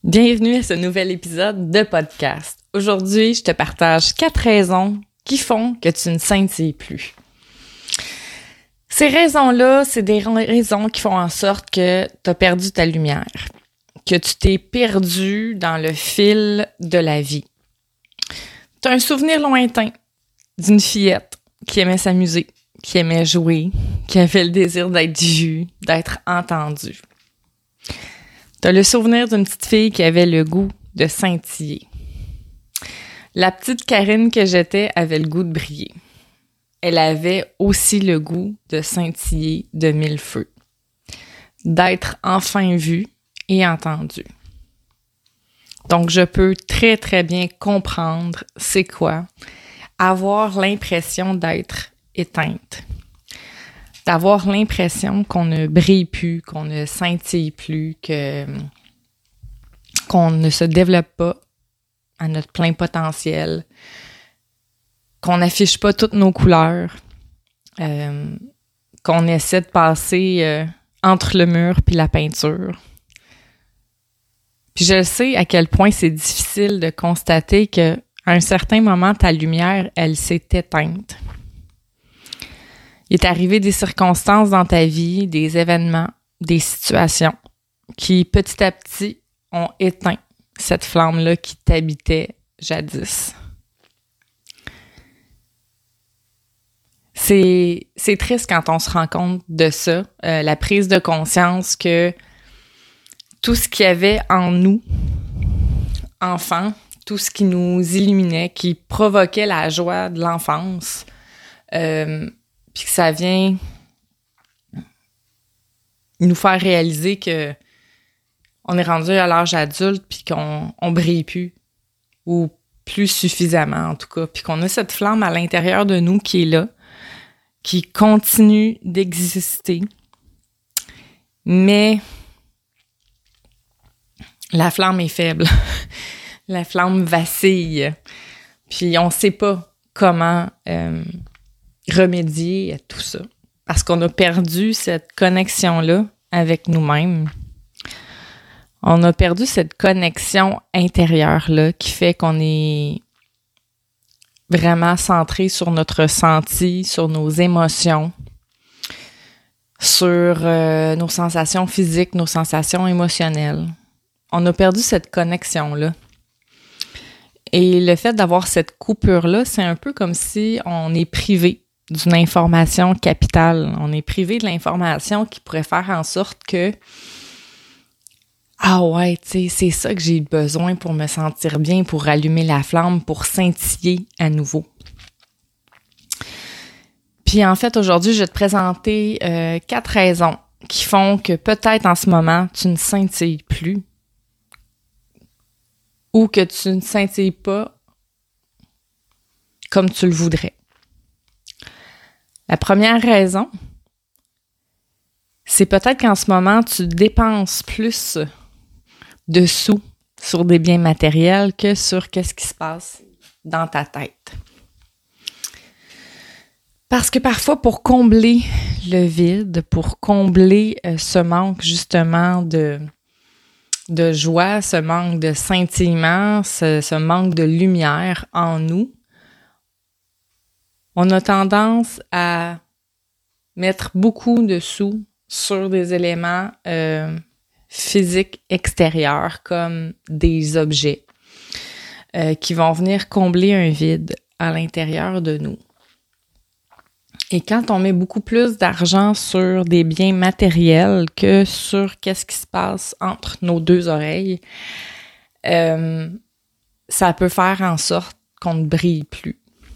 Bienvenue à ce nouvel épisode de podcast. Aujourd'hui, je te partage 4 raisons qui font que tu ne scintilles plus. Ces raisons-là, c'est des raisons qui font en sorte que tu as perdu ta lumière, que tu t'es perdu dans le fil de la vie. Tu as un souvenir lointain d'une fillette qui aimait s'amuser, qui aimait jouer, qui avait le désir d'être vue, d'être entendue. Tu as le souvenir d'une petite fille qui avait le goût de scintiller. La petite Karine que j'étais avait le goût de briller. Elle avait aussi le goût de scintiller de mille feux, d'être enfin vue et entendue. Donc, je peux très, très bien comprendre c'est quoi avoir l'impression d'être éteinte, d'avoir l'impression qu'on ne brille plus, qu'on ne scintille plus, qu'on ne se développe pas à notre plein potentiel, qu'on n'affiche pas toutes nos couleurs, qu'on essaie de passer entre le mur puis la peinture. Puis je sais à quel point c'est difficile de constater qu'à un certain moment, ta lumière, elle s'est éteinte. Il est arrivé des circonstances dans ta vie, des événements, des situations qui, petit à petit, ont éteint cette flamme-là qui t'habitait jadis. C'est triste quand on se rend compte de ça, la prise de conscience que tout ce qu'il y avait en nous, enfants, tout ce qui nous illuminait, qui provoquait la joie de l'enfance, puis que ça vient nous faire réaliser que on est rendu à l'âge adulte puis qu'on brille plus, ou plus suffisamment en tout cas, puis qu'on a cette flamme à l'intérieur de nous qui est là, qui continue d'exister, mais la flamme est faible, la flamme vacille, puis on sait pas comment remédier à tout ça, parce qu'on a perdu cette connexion-là avec nous-mêmes. On a perdu cette connexion intérieure-là qui fait qu'on est vraiment centré sur notre ressenti, sur nos émotions, sur nos sensations physiques, nos sensations émotionnelles. On a perdu cette connexion-là. Et le fait d'avoir cette coupure-là, c'est un peu comme si on est privé d'une information capitale. On est privé de l'information qui pourrait faire en sorte que ah ouais, tu sais, c'est ça que j'ai besoin pour me sentir bien, pour rallumer la flamme, pour scintiller à nouveau. Puis en fait, aujourd'hui, je vais te présenter 4 raisons qui font que peut-être en ce moment, tu ne scintilles plus ou que tu ne scintilles pas comme tu le voudrais. La première raison, c'est peut-être qu'en ce moment, tu dépenses plus de sous sur des biens matériels que sur qu'est-ce qui se passe dans ta tête. Parce que parfois, pour combler le vide, pour combler ce manque justement de joie, ce manque de scintillement, ce manque de lumière en nous, on a tendance à mettre beaucoup de sous sur des éléments physiques extérieurs comme des objets qui vont venir combler un vide à l'intérieur de nous. Et quand on met beaucoup plus d'argent sur des biens matériels que sur qu'est-ce qui se passe entre nos deux oreilles, ça peut faire en sorte qu'on ne brille plus.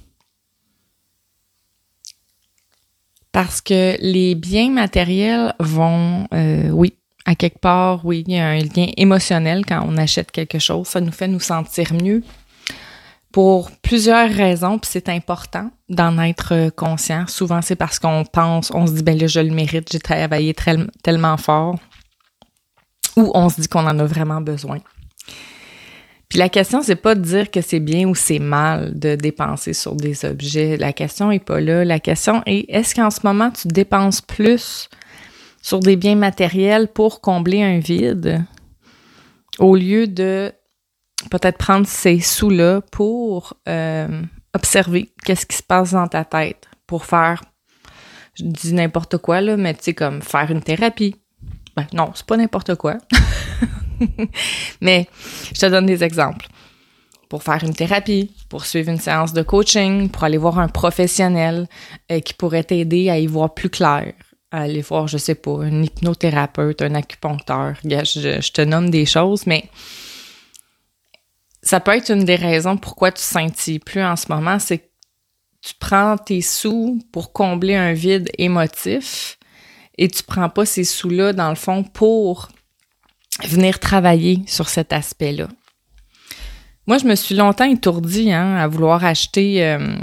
Parce que les biens matériels vont, à quelque part, oui, il y a un lien émotionnel quand on achète quelque chose. Ça nous fait nous sentir mieux pour plusieurs raisons, puis c'est important d'en être conscient. Souvent, c'est parce qu'on se dit, ben là, je le mérite, j'ai travaillé tellement fort, ou on se dit qu'on en a vraiment besoin. Puis la question, c'est pas de dire que c'est bien ou c'est mal de dépenser sur des objets. La question est pas là. La question est, est-ce qu'en ce moment, tu dépenses plus sur des biens matériels pour combler un vide au lieu de peut-être prendre ces sous-là pour observer qu'est-ce qui se passe dans ta tête, pour faire, je dis n'importe quoi, là, mais tu sais, comme faire une thérapie. Ben non, c'est pas n'importe quoi. Mais je te donne des exemples. Pour faire une thérapie, pour suivre une séance de coaching, pour aller voir un professionnel qui pourrait t'aider à y voir plus clair, à aller voir, je sais pas, un hypnothérapeute, un acupuncteur. Je te nomme des choses, mais ça peut être une des raisons pourquoi tu scintilles plus en ce moment, c'est que tu prends tes sous pour combler un vide émotif et tu prends pas ces sous-là, dans le fond, pour venir travailler sur cet aspect-là. Moi, je me suis longtemps étourdie à vouloir acheter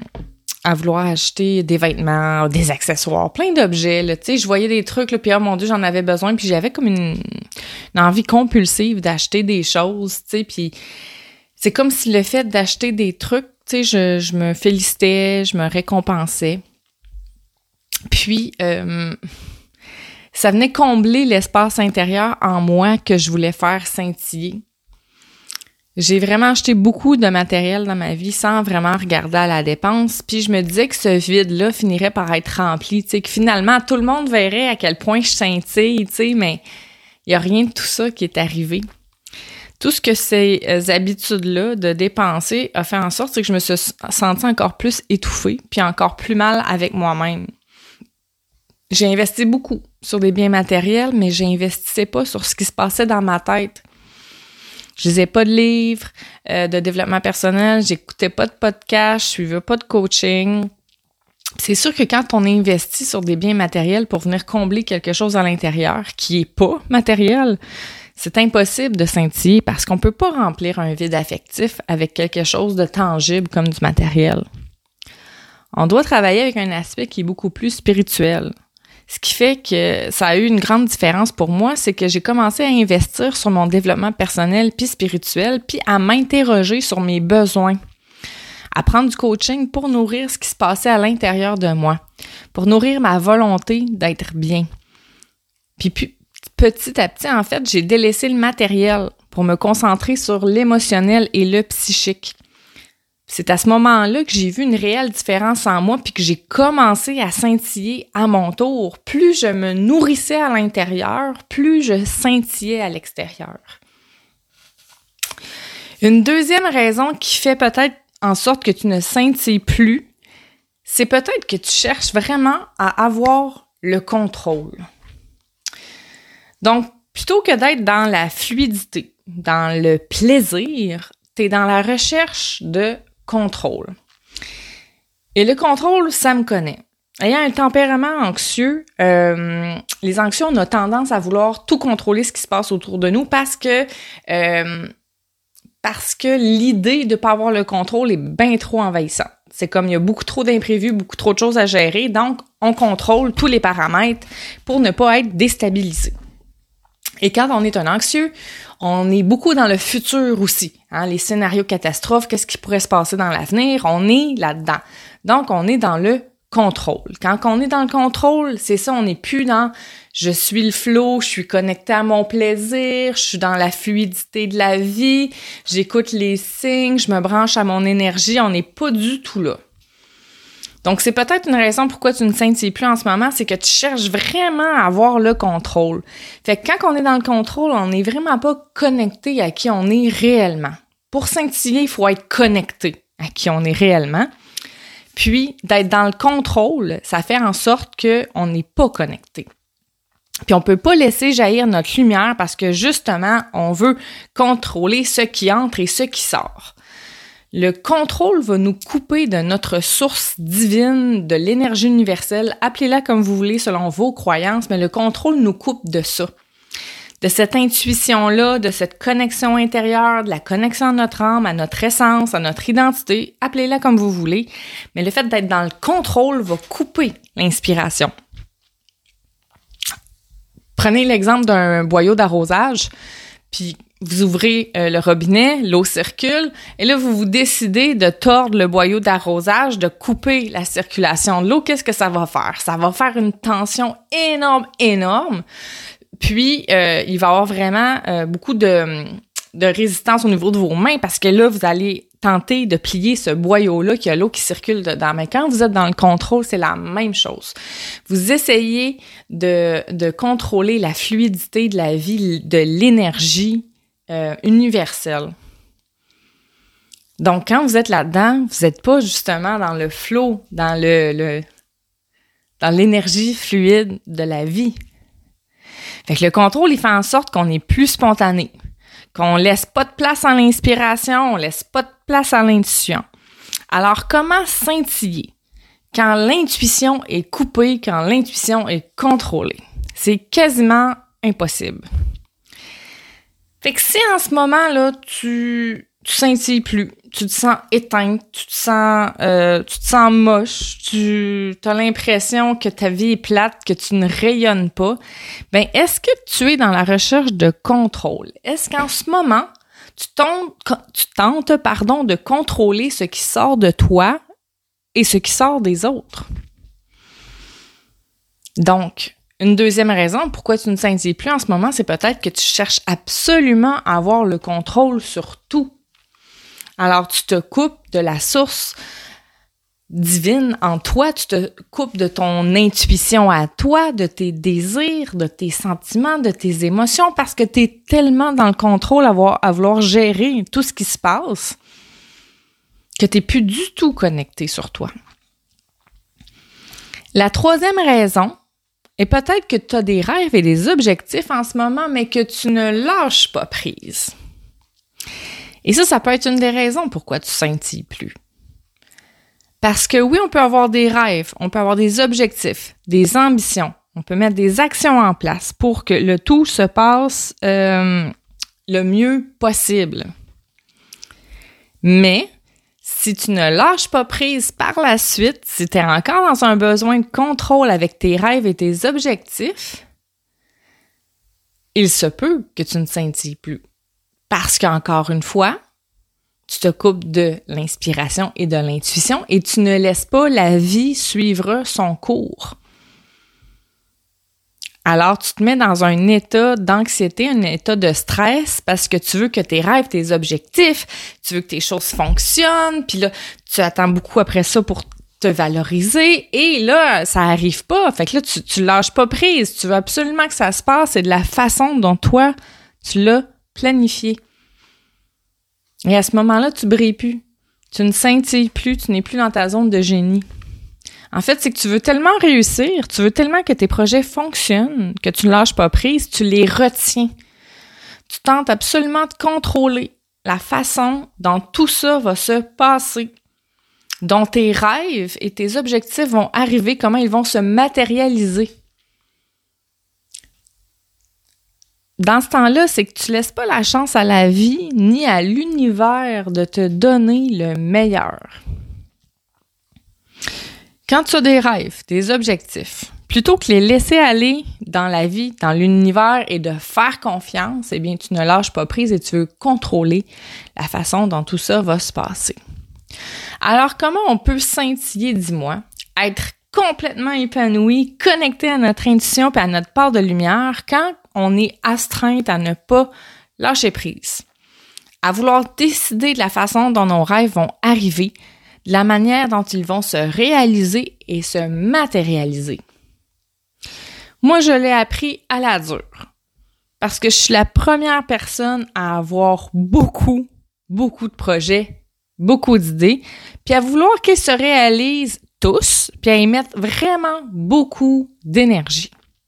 des vêtements, des accessoires, plein d'objets. Tu sais, je voyais des trucs, là, puis oh mon Dieu, j'en avais besoin, puis j'avais comme une envie compulsive d'acheter des choses, tu sais, puis c'est comme si le fait d'acheter des trucs, tu sais, je me félicitais, je me récompensais. Puis, ça venait combler l'espace intérieur en moi que je voulais faire scintiller. J'ai vraiment acheté beaucoup de matériel dans ma vie sans vraiment regarder à la dépense, puis je me disais que ce vide-là finirait par être rempli, tu sais, que finalement, tout le monde verrait à quel point je scintille, tu sais, mais il n'y a rien de tout ça qui est arrivé. Tout ce que ces habitudes-là de dépenser a fait en sorte, c'est que je me suis sentie encore plus étouffée, puis encore plus mal avec moi-même. J'ai investi beaucoup sur des biens matériels, mais j'investissais pas sur ce qui se passait dans ma tête. Je lisais pas de livres de développement personnel, j'écoutais pas de podcast, je suivais pas de coaching. C'est sûr que quand on investit sur des biens matériels pour venir combler quelque chose à l'intérieur qui est pas matériel, c'est impossible de scintiller parce qu'on peut pas remplir un vide affectif avec quelque chose de tangible comme du matériel. On doit travailler avec un aspect qui est beaucoup plus spirituel. Ce qui fait que ça a eu une grande différence pour moi, c'est que j'ai commencé à investir sur mon développement personnel puis spirituel, puis à m'interroger sur mes besoins, à prendre du coaching pour nourrir ce qui se passait à l'intérieur de moi, pour nourrir ma volonté d'être bien. Puis petit à petit, en fait, j'ai délaissé le matériel pour me concentrer sur l'émotionnel et le psychique. C'est à ce moment-là que j'ai vu une réelle différence en moi puis que j'ai commencé à scintiller à mon tour. Plus je me nourrissais à l'intérieur, plus je scintillais à l'extérieur. Une deuxième raison qui fait peut-être en sorte que tu ne scintilles plus, c'est peut-être que tu cherches vraiment à avoir le contrôle. Donc, plutôt que d'être dans la fluidité, dans le plaisir, tu es dans la recherche de contrôle. Et le contrôle, ça me connaît. Ayant un tempérament anxieux, les anxieux, on a tendance à vouloir tout contrôler ce qui se passe autour de nous parce que l'idée de ne pas avoir le contrôle est bien trop envahissante. C'est comme il y a beaucoup trop d'imprévus, beaucoup trop de choses à gérer, donc on contrôle tous les paramètres pour ne pas être déstabilisé. Et quand on est un anxieux, on est beaucoup dans le futur aussi. Les scénarios catastrophes, qu'est-ce qui pourrait se passer dans l'avenir, on est là-dedans. Donc, on est dans le contrôle. Quand on est dans le contrôle, c'est ça, on n'est plus dans « je suis le flow, je suis connecté à mon plaisir, je suis dans la fluidité de la vie, j'écoute les signes, je me branche à mon énergie », on n'est pas du tout là. Donc, c'est peut-être une raison pourquoi tu ne scintilles plus en ce moment, c'est que tu cherches vraiment à avoir le contrôle. Fait que quand on est dans le contrôle, on n'est vraiment pas connecté à qui on est réellement. Pour scintiller, il faut être connecté à qui on est réellement. Puis, d'être dans le contrôle, ça fait en sorte qu'on n'est pas connecté. Puis, on peut pas laisser jaillir notre lumière parce que, justement, on veut contrôler ce qui entre et ce qui sort. Le contrôle va nous couper de notre source divine, de l'énergie universelle, appelez-la comme vous voulez selon vos croyances, mais le contrôle nous coupe de ça, de cette intuition-là, de cette connexion intérieure, de la connexion à notre âme, à notre essence, à notre identité, appelez-la comme vous voulez, mais le fait d'être dans le contrôle va couper l'inspiration. Prenez l'exemple d'un boyau d'arrosage, puis vous ouvrez le robinet, l'eau circule, et là, vous décidez de tordre le boyau d'arrosage, de couper la circulation de l'eau. Qu'est-ce que ça va faire? Ça va faire une tension énorme. Puis, il va y avoir vraiment beaucoup de de résistance au niveau de vos mains parce que là, vous allez tenter de plier ce boyau-là qui a l'eau qui circule dedans. Mais quand vous êtes dans le contrôle, c'est la même chose. Vous essayez de contrôler la fluidité de la vie, de l'énergie universelle. Donc, quand vous êtes là-dedans, vous n'êtes pas justement dans le flow, dans l'énergie fluide de la vie. Fait que le contrôle, il fait en sorte qu'on est plus spontané, qu'on laisse pas de place à l'inspiration, on laisse pas de place à l'intuition. Alors, comment scintiller quand l'intuition est coupée, quand l'intuition est contrôlée? C'est quasiment impossible. Fait que si en ce moment-là, tu scintilles plus, tu te sens éteinte, tu te sens moche, tu as l'impression que ta vie est plate, que tu ne rayonnes pas, ben est-ce que tu es dans la recherche de contrôle? Est-ce qu'en ce moment, tu tentes de contrôler ce qui sort de toi et ce qui sort des autres? Donc, une deuxième raison pourquoi tu ne scintilles plus en ce moment, c'est peut-être que tu cherches absolument à avoir le contrôle sur tout. Alors, tu te coupes de la source divine en toi, tu te coupes de ton intuition à toi, de tes désirs, de tes sentiments, de tes émotions, parce que tu es tellement dans le contrôle à vouloir gérer tout ce qui se passe que tu n'es plus du tout connecté sur toi. La troisième raison est peut-être que tu as des rêves et des objectifs en ce moment, mais que tu ne lâches pas prise. Et ça peut être une des raisons pourquoi tu scintilles plus. Parce que oui, on peut avoir des rêves, on peut avoir des objectifs, des ambitions, on peut mettre des actions en place pour que le tout se passe le mieux possible. Mais si tu ne lâches pas prise par la suite, si tu es encore dans un besoin de contrôle avec tes rêves et tes objectifs, il se peut que tu ne scintilles plus. Parce qu'encore une fois, tu te coupes de l'inspiration et de l'intuition et tu ne laisses pas la vie suivre son cours. Alors, tu te mets dans un état d'anxiété, un état de stress parce que tu veux que tes rêves, tes objectifs, tu veux que tes choses fonctionnent, puis là, tu attends beaucoup après ça pour te valoriser et là, ça arrive pas. Fait que là, tu lâches pas prise. Tu veux absolument que ça se passe et de la façon dont toi, tu l'as planifié. Et à ce moment-là, tu brilles plus. Tu ne scintilles plus, tu n'es plus dans ta zone de génie. En fait, c'est que tu veux tellement réussir, tu veux tellement que tes projets fonctionnent, que tu ne lâches pas prise, tu les retiens. Tu tentes absolument de contrôler la façon dont tout ça va se passer, dont tes rêves et tes objectifs vont arriver, comment ils vont se matérialiser. Dans ce temps-là, c'est que tu laisses pas la chance à la vie ni à l'univers de te donner le meilleur. Quand tu as des rêves, des objectifs, plutôt que les laisser aller dans la vie, dans l'univers et de faire confiance, eh bien, tu ne lâches pas prise et tu veux contrôler la façon dont tout ça va se passer. Alors, comment on peut scintiller, dis-moi, être complètement épanoui, connecté à notre intuition et à notre part de lumière quand on est astreinte à ne pas lâcher prise, à vouloir décider de la façon dont nos rêves vont arriver, de la manière dont ils vont se réaliser et se matérialiser. Moi, je l'ai appris à la dure parce que je suis la première personne à avoir beaucoup de projets, beaucoup d'idées, puis à vouloir qu'ils se réalisent tous, puis à y mettre vraiment beaucoup d'énergie.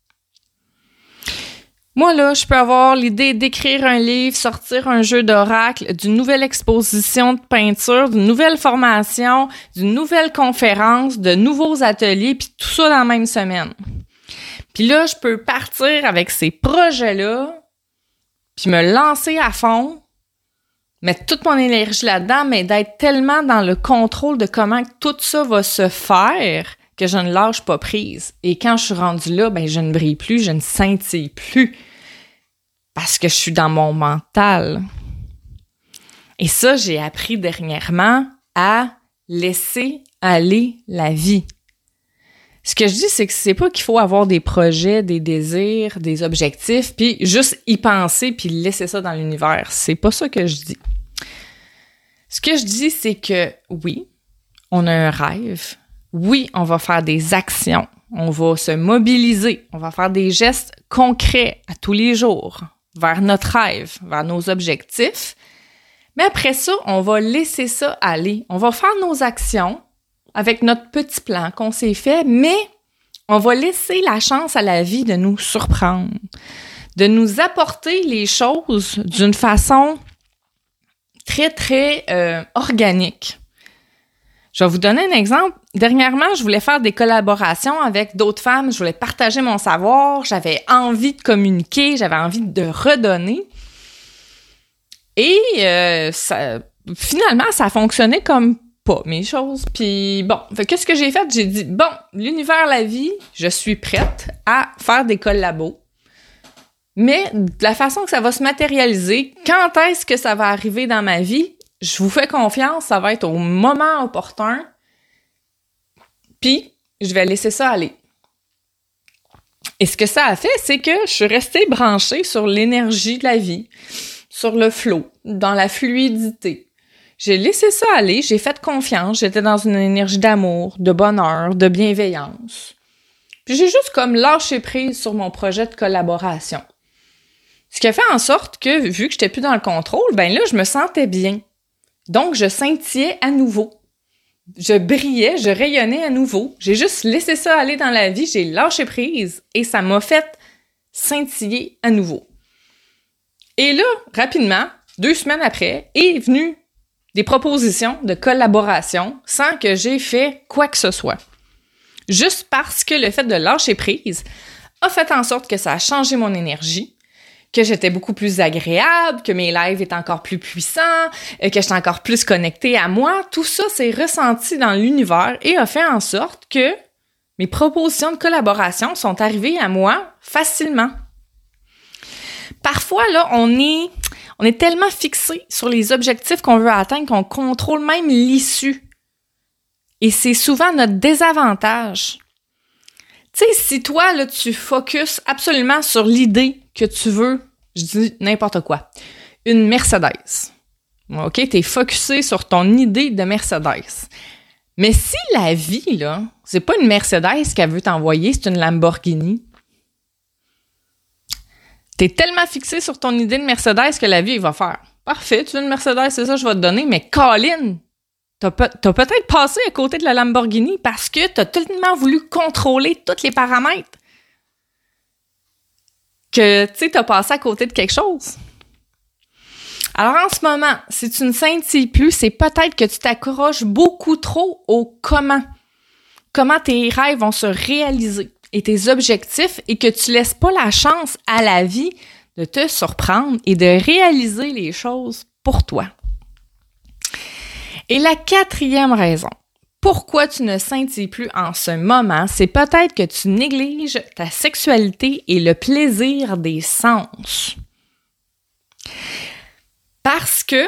Moi, là, je peux avoir l'idée d'écrire un livre, sortir un jeu d'oracle, d'une nouvelle exposition de peinture, d'une nouvelle formation, d'une nouvelle conférence, de nouveaux ateliers, puis tout ça dans la même semaine. Puis là, je peux partir avec ces projets-là, puis me lancer à fond, mettre toute mon énergie là-dedans, mais d'être tellement dans le contrôle de comment tout ça va se faire que je ne lâche pas prise. Et quand je suis rendue là, ben je ne brille plus, je ne scintille plus parce que je suis dans mon mental. Et ça, j'ai appris dernièrement à laisser aller la vie. Ce que je dis, c'est que c'est pas qu'il faut avoir des projets, des désirs, des objectifs, puis juste y penser, puis laisser ça dans l'univers. C'est pas ça que je dis. Ce que je dis, c'est que oui, on a un rêve. Oui, on va faire des actions. On va se mobiliser. On va faire des gestes concrets à tous les jours vers notre rêve, vers nos objectifs. Mais après ça, on va laisser ça aller. On va faire nos actions avec notre petit plan qu'on s'est fait, mais on va laisser la chance à la vie de nous surprendre, de nous apporter les choses d'une façon très, très organique. Je vais vous donner un exemple. Dernièrement, je voulais faire des collaborations avec d'autres femmes. Je voulais partager mon savoir. J'avais envie de communiquer. J'avais envie de redonner. Et finalement, ça a fonctionné comme pas mes choses. Puis bon, qu'est-ce que j'ai fait? J'ai dit, bon, l'univers, la vie, je suis prête à faire des collabos. Mais de la façon que ça va se matérialiser, quand est-ce que ça va arriver dans ma vie? Je vous fais confiance, ça va être au moment opportun. Puis, je vais laisser ça aller. Et ce que ça a fait, c'est que je suis restée branchée sur l'énergie de la vie, sur le flow, dans la fluidité. J'ai laissé ça aller, j'ai fait confiance, j'étais dans une énergie d'amour, de bonheur, de bienveillance. Puis j'ai juste comme lâché prise sur mon projet de collaboration. Ce qui a fait en sorte que, vu que j'étais plus dans le contrôle, ben là, je me sentais bien. Donc, je scintillais à nouveau. Je brillais, je rayonnais à nouveau. J'ai juste laissé ça aller dans la vie, j'ai lâché prise et ça m'a fait scintiller à nouveau. Et là, rapidement, 2 semaines après, est venue des propositions de collaboration sans que j'ai fait quoi que ce soit. Juste parce que le fait de lâcher prise a fait en sorte que ça a changé mon énergie, que j'étais beaucoup plus agréable, que mes lives étaient encore plus puissants, que j'étais encore plus connectée à moi. Tout ça s'est ressenti dans l'univers et a fait en sorte que mes propositions de collaboration sont arrivées à moi facilement. Parfois, là, on est tellement fixé sur les objectifs qu'on veut atteindre qu'on contrôle même l'issue. Et c'est souvent notre désavantage. Tu sais, si toi, là, tu focuses absolument sur l'idée que tu veux, je dis n'importe quoi, une Mercedes. OK? T'es focusé sur ton idée de Mercedes. Mais si la vie, là, c'est pas une Mercedes qu'elle veut t'envoyer, c'est une Lamborghini, t'es tellement fixé sur ton idée de Mercedes que la vie, il va faire. Parfait, tu veux une Mercedes, c'est ça, je vais te donner, mais Colin, t'as peut-être passé à côté de la Lamborghini parce que t'as tellement voulu contrôler tous les paramètres que, tu sais, t'as passé à côté de quelque chose. Alors, en ce moment, si tu ne scintilles plus, c'est peut-être que tu t'accroches beaucoup trop au comment. Comment tes rêves vont se réaliser et tes objectifs et que tu laisses pas la chance à la vie de te surprendre et de réaliser les choses pour toi. Et la 4e raison, pourquoi tu ne scintilles plus en ce moment, c'est peut-être que tu négliges ta sexualité et le plaisir des sens. Parce que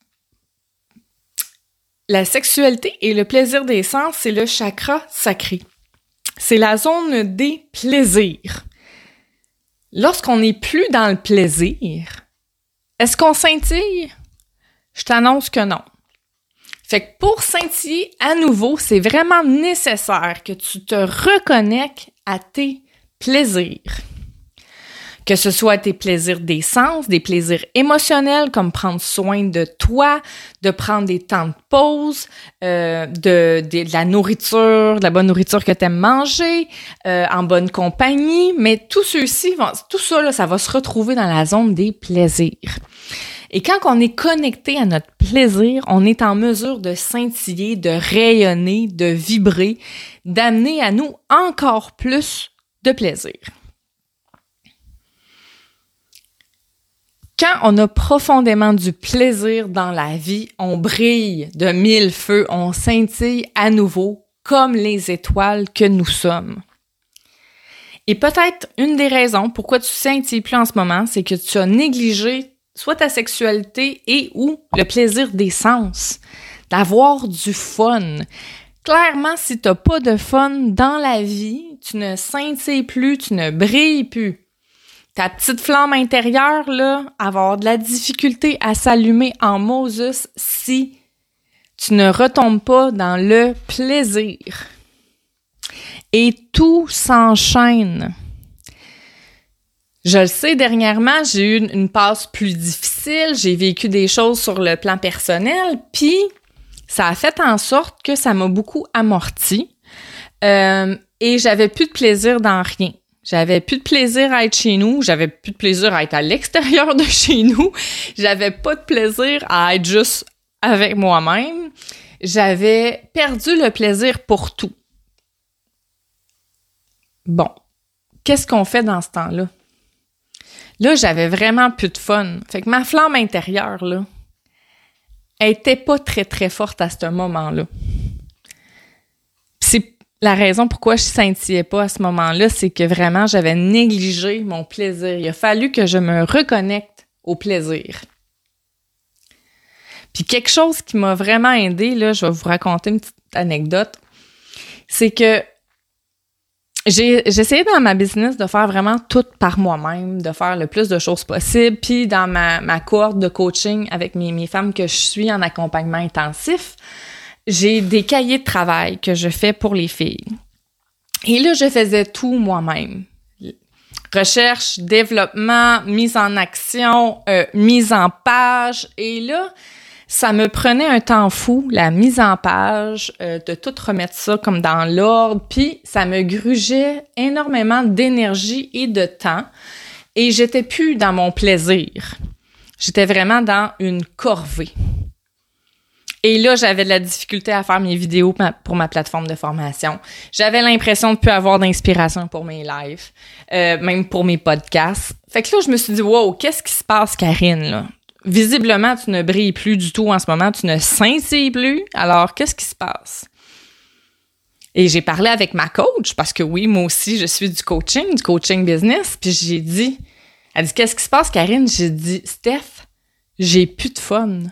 la sexualité et le plaisir des sens, c'est le chakra sacré. C'est la zone des plaisirs. Lorsqu'on n'est plus dans le plaisir, est-ce qu'on scintille? Je t'annonce que non. Fait que pour scintiller à nouveau, c'est vraiment nécessaire que tu te reconnectes à tes plaisirs. Que ce soit tes plaisirs des sens, des plaisirs émotionnels comme prendre soin de toi, de prendre des temps de pause, de la nourriture, de la bonne nourriture que tu aimes manger, en bonne compagnie, mais tout ça, là, ça va se retrouver dans la zone des plaisirs. Et quand on est connecté à notre plaisir, on est en mesure de scintiller, de rayonner, de vibrer, d'amener à nous encore plus de plaisir. Quand on a profondément du plaisir dans la vie, on brille de 1000 feux, on scintille à nouveau comme les étoiles que nous sommes. Et peut-être une des raisons pourquoi tu scintilles plus en ce moment, c'est que tu as négligé soit ta sexualité et ou le plaisir des sens, d'avoir du fun. Clairement, si t'as pas de fun dans la vie, tu ne scintilles plus, tu ne brilles plus. Ta petite flamme intérieure, là, va avoir de la difficulté à s'allumer en Moses si tu ne retombes pas dans le plaisir. Et tout s'enchaîne. Je le sais, dernièrement, j'ai eu une passe plus difficile, j'ai vécu des choses sur le plan personnel, puis ça a fait en sorte que ça m'a beaucoup amorti et j'avais plus de plaisir dans rien. J'avais plus de plaisir à être chez nous, j'avais plus de plaisir à être à l'extérieur de chez nous, j'avais pas de plaisir à être juste avec moi-même. J'avais perdu le plaisir pour tout. Bon, qu'est-ce qu'on fait dans ce temps-là? Là, j'avais vraiment plus de fun. Fait que ma flamme intérieure, là, elle était pas très, très forte à ce moment-là. C'est la raison pourquoi je scintillais pas à ce moment-là, c'est que vraiment, j'avais négligé mon plaisir. Il a fallu que je me reconnecte au plaisir. Puis quelque chose qui m'a vraiment aidée, là, je vais vous raconter une petite anecdote, c'est que j'ai essayé dans ma business de faire vraiment tout par moi-même, de faire le plus de choses possible. Puis dans ma cohorte de coaching avec mes femmes que je suis en accompagnement intensif, j'ai des cahiers de travail que je fais pour les filles. Et là, je faisais tout moi-même. Recherche, développement, mise en action, mise en page. Et là, ça me prenait un temps fou, la mise en page, de tout remettre ça comme dans l'ordre, puis ça me grugeait énormément d'énergie et de temps, et j'étais plus dans mon plaisir. J'étais vraiment dans une corvée. Et là, j'avais de la difficulté à faire mes vidéos pour ma plateforme de formation. J'avais l'impression de plus avoir d'inspiration pour mes lives, même pour mes podcasts. Fait que là, je me suis dit, wow, qu'est-ce qui se passe, Karine, là? Visiblement, tu ne brilles plus du tout en ce moment, tu ne scintilles plus. Alors, qu'est-ce qui se passe? Et j'ai parlé avec ma coach, parce que oui, moi aussi, je suis du coaching business, puis j'ai dit, elle dit, qu'est-ce qui se passe, Karine? J'ai dit, Steph, j'ai plus de fun.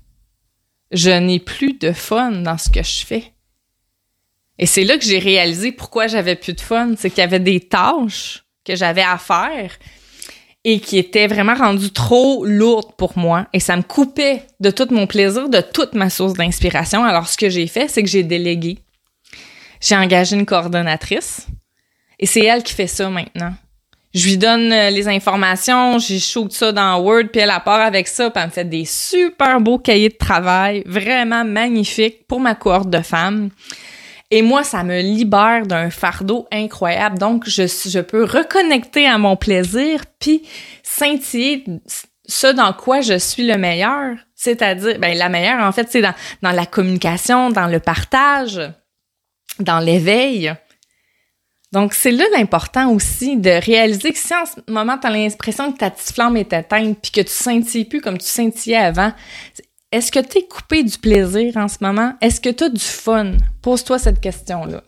Je n'ai plus de fun dans ce que je fais. Et c'est là que j'ai réalisé pourquoi j'avais plus de fun. C'est qu'il y avait des tâches que j'avais à faire et qui étaient vraiment rendues trop lourdes pour moi. Et ça me coupait de tout mon plaisir, de toute ma source d'inspiration. Alors, ce que j'ai fait, c'est que j'ai délégué. J'ai engagé une coordonnatrice et c'est elle qui fait ça maintenant. Je lui donne les informations, j'y shoot ça dans Word, puis elle part avec ça, puis elle me fait des super beaux cahiers de travail, vraiment magnifiques pour ma cohorte de femmes. Et moi, ça me libère d'un fardeau incroyable. Donc, je peux reconnecter à mon plaisir, puis scintiller ce dans quoi je suis le meilleur. C'est-à-dire, la meilleure, en fait, c'est dans la communication, dans le partage, dans l'éveil. Donc, c'est là l'important aussi de réaliser que si en ce moment, tu as l'impression que ta petite flamme est éteinte puis que tu scintilles plus comme tu scintillais avant, est-ce que tu es coupé du plaisir en ce moment? Est-ce que tu as du fun? Pose-toi cette question-là.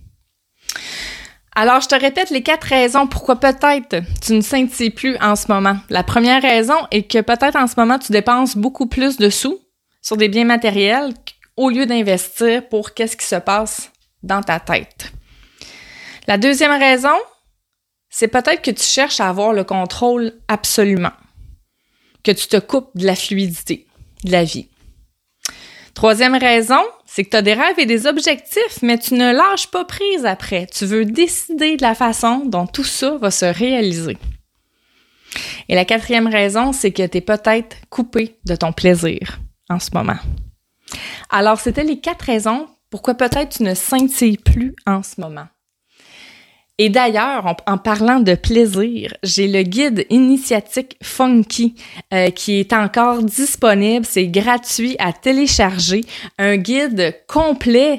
Alors, je te répète les 4 raisons pourquoi peut-être tu ne scintilles plus en ce moment. La première raison est que peut-être en ce moment, tu dépenses beaucoup plus de sous sur des biens matériels au lieu d'investir pour qu'est-ce qui se passe dans ta tête. La deuxième raison, c'est peut-être que tu cherches à avoir le contrôle absolument, que tu te coupes de la fluidité de la vie. Troisième raison, c'est que tu as des rêves et des objectifs, mais tu ne lâches pas prise après. Tu veux décider de la façon dont tout ça va se réaliser. Et la quatrième raison, c'est que tu es peut-être coupé de ton plaisir en ce moment. Alors, c'était les 4 raisons pourquoi peut-être tu ne scintilles plus en ce moment. Et d'ailleurs, en parlant de plaisir, j'ai le guide initiatique Funky qui est encore disponible. C'est gratuit à télécharger. Un guide complet,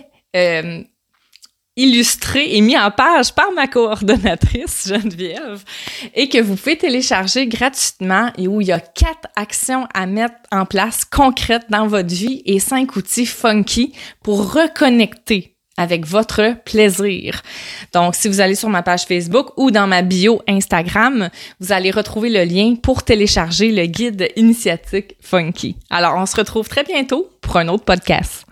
illustré et mis en page par ma coordonnatrice, Geneviève, et que vous pouvez télécharger gratuitement et où il y a 4 actions à mettre en place concrètes dans votre vie et 5 outils funky pour reconnecter avec votre plaisir. Donc, si vous allez sur ma page Facebook ou dans ma bio Instagram, vous allez retrouver le lien pour télécharger le guide initiatique Funky. Alors, on se retrouve très bientôt pour un autre podcast.